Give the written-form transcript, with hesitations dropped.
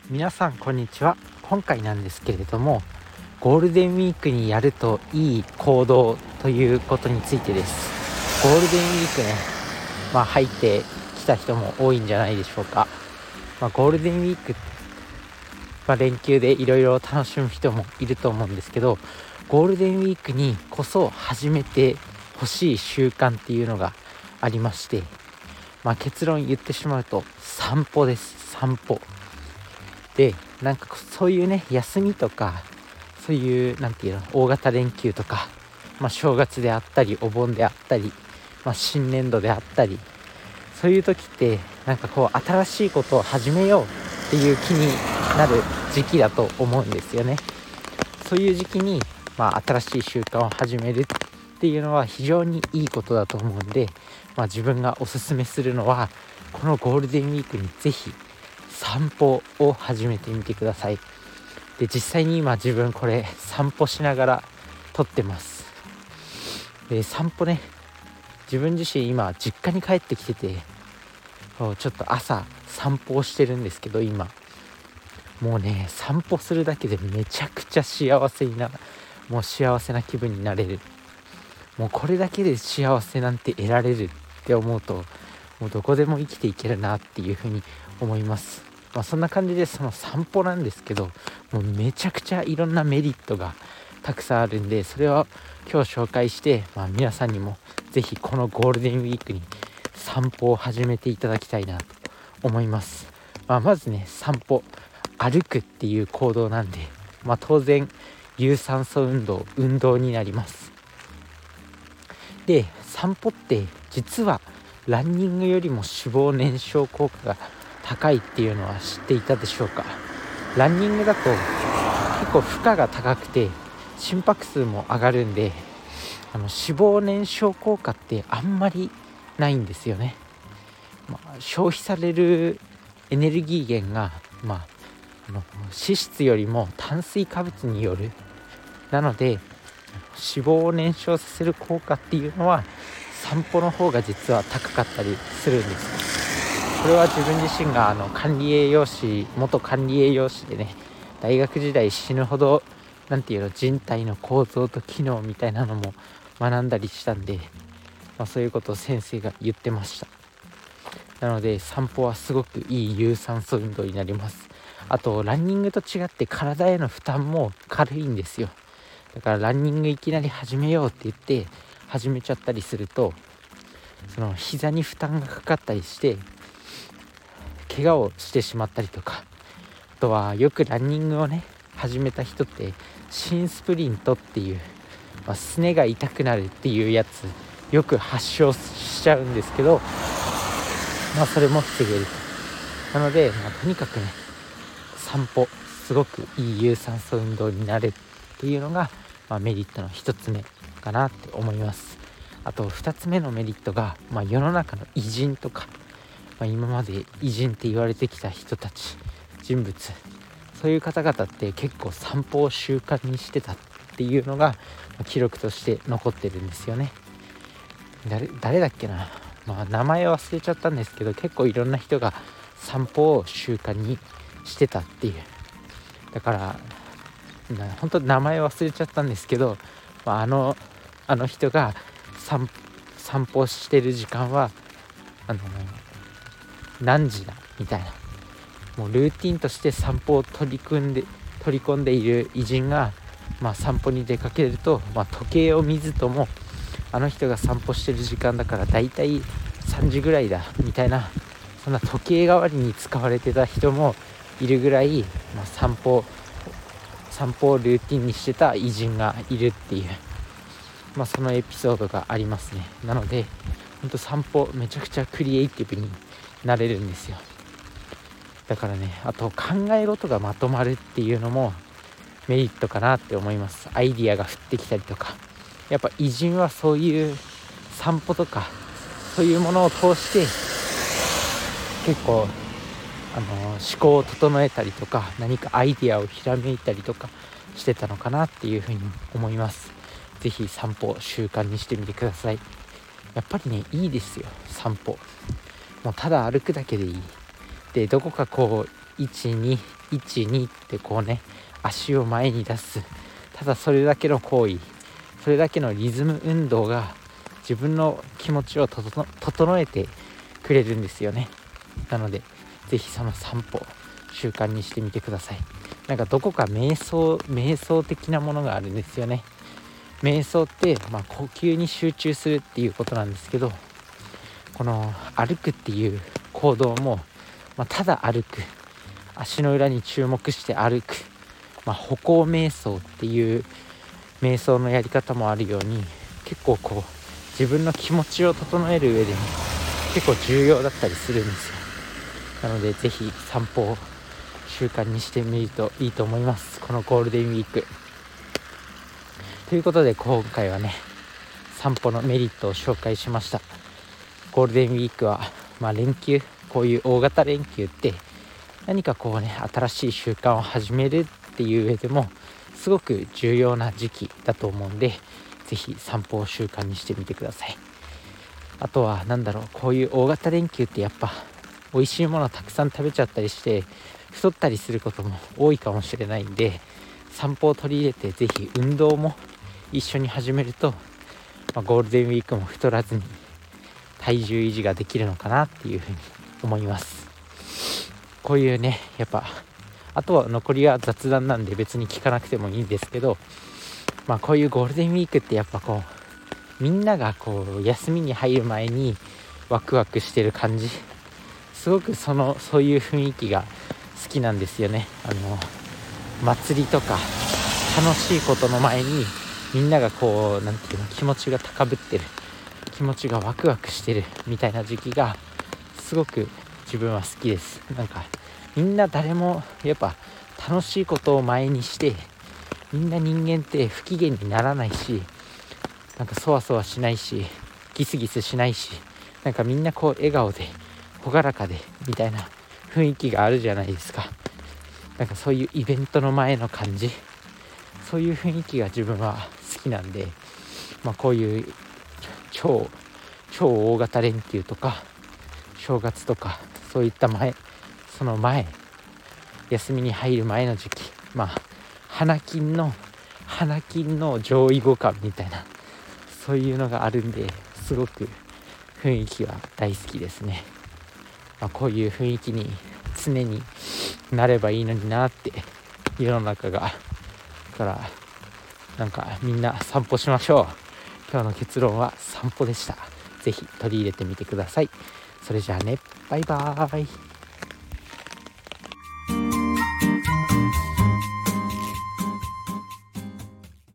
皆さんこんにちは。今回なんですけれども、ゴールデンウィークにやるといい行動ということについてです。ゴールデンウィークね、入ってきた人も多いんじゃないでしょうか。ゴールデンウィーク、連休でいろいろ楽しむ人もいると思うんですけど、ゴールデンウィークにこそ始めてほしい習慣っていうのがありまして、結論言ってしまうと散歩です。散歩で、そういうね、休みとかそういう大型連休とか、正月であったりお盆であったり、新年度であったり、そういう時って新しいことを始めようっていう気になる時期だと思うんですよね。そういう時期に、新しい習慣を始めるっていうのは非常にいいことだと思うんで、自分がおすすめするのは、このゴールデンウィークにぜひ散歩を始めてみてください。で、実際に今自分これ散歩しながら撮ってます。で、散歩ね、自分自身今実家に帰ってきてて、ちょっと朝散歩をしてるんですけど、今もうね、散歩するだけでめちゃくちゃ幸せな気分になれる。もうこれだけで幸せなんて得られるって思うと、もうどこでも生きていけるなっていうふうに思います。そんな感じで、その散歩なんですけど、もうめちゃくちゃいろんなメリットがたくさんあるんで、それを今日紹介して、皆さんにもぜひこのゴールデンウィークに散歩を始めていただきたいなと思います。まずね、散歩、歩くっていう行動なんで、当然有酸素運動になります。で、散歩って実はランニングよりも脂肪燃焼効果が高いっていうのは知っていたでしょうか。ランニングだと結構負荷が高くて心拍数も上がるんで、脂肪燃焼効果ってあんまりないんですよね。消費されるエネルギー源が、脂質よりも炭水化物による。なので脂肪を燃焼させる効果っていうのは散歩の方が実は高かったりするんです。これは自分自身が元管理栄養士でね、大学時代死ぬほど人体の構造と機能みたいなのも学んだりしたんで、そういうことを先生が言ってました。なので散歩はすごくいい有酸素運動になります。あとランニングと違って体への負担も軽いんですよ。だからランニングいきなり始めようって言って始めちゃったりすると、その膝に負担がかかったりして怪我をしてしまったりとか、あとはよくランニングをね始めた人って新スプリントっていう、すねが痛くなるっていうやつよく発症しちゃうんですけど、それも防げると。なので、とにかくね、散歩すごくいい有酸素運動になれるっていうのが、メリットの一つ目かなって思います。あと2つ目のメリットが、世の中の偉人とか、今まで偉人って言われてきた人人物、そういう方々って結構散歩を習慣にしてたっていうのが記録として残ってるんですよね。誰だっけな、名前忘れちゃったんですけど、結構いろんな人が散歩を習慣にしてたっていう。だから本当名前忘れちゃったんですけど、あの人が散歩してる時間は何時だみたいな、もうルーティンとして散歩を取り込んでいる偉人が、散歩に出かけると、時計を見ずともあの人が散歩してる時間だからだいたい3時ぐらいだみたいな、そんな時計代わりに使われてた人もいるぐらい、散歩をルーティンにしてた偉人がいるっていう、そのエピソードがありますね。なので本当散歩めちゃくちゃクリエイティブになれるんですよ。だからね、あと考え事がまとまるっていうのもメリットかなって思います。アイディアが降ってきたりとか、やっぱ偉人はそういう散歩とかそういうものを通して結構思考を整えたりとか、何かアイディアをひらめいたりとかしてたのかなっていうふうに思います。ぜひ散歩習慣にしてみてください。やっぱりね、いいですよ散歩。もうただ歩くだけでいい。で、どこか 1212ってこうね足を前に出す、ただそれだけの行為、それだけのリズム運動が自分の気持ちを整えてくれるんですよね。なのでぜひその散歩習慣にしてみてください。なんかどこか瞑想的なものがあるんですよね。瞑想って、呼吸に集中するっていうことなんですけど、この歩くっていう行動も、ただ歩く、足の裏に注目して歩く、歩行瞑想っていう瞑想のやり方もあるように、結構こう自分の気持ちを整える上でも結構重要だったりするんですよ。なのでぜひ散歩を習慣にしてみるといいと思います、このゴールデンウィークということで。今回はね散歩のメリットを紹介しました。ゴールデンウィークは、連休、こういう大型連休って何かこうね新しい習慣を始めるっていう上でもすごく重要な時期だと思うんで、ぜひ散歩を習慣にしてみてください。あとはこういう大型連休ってやっぱ美味しいものをたくさん食べちゃったりして太ったりすることも多いかもしれないんで、散歩を取り入れてぜひ運動も一緒に始めると、ゴールデンウィークも太らずに体重維持ができるのかなっていうふうに思います。こういうねやっぱあとは残りは雑談なんで別に聞かなくてもいいんですけど、こういうゴールデンウィークってやっぱこうみんながこう休みに入る前にワクワクしてる感じ、すごくそういう雰囲気が好きなんですよね。祭りとか楽しいことの前にみんながこう気持ちが高ぶってる、気持ちがワクワクしてるみたいな時期がすごく自分は好きです。みんな誰もやっぱ楽しいことを前にして、みんな人間って不機嫌にならないし、そわそわしないしギスギスしないし、みんなこう笑顔で朗らかでみたいな雰囲気があるじゃないですか。そういうイベントの前の感じ、そういう雰囲気が自分は好きなんで、こういう超大型連休とか正月とかそういったその前、休みに入る前の時期、花金の上位互換みたいな、そういうのがあるんで、すごく雰囲気は大好きですね。こういう雰囲気に常になればいいのになって、世の中が。だからみんな散歩しましょう。今日の結論は散歩でした。ぜひ取り入れてみてください。それじゃあね、バイバーイ。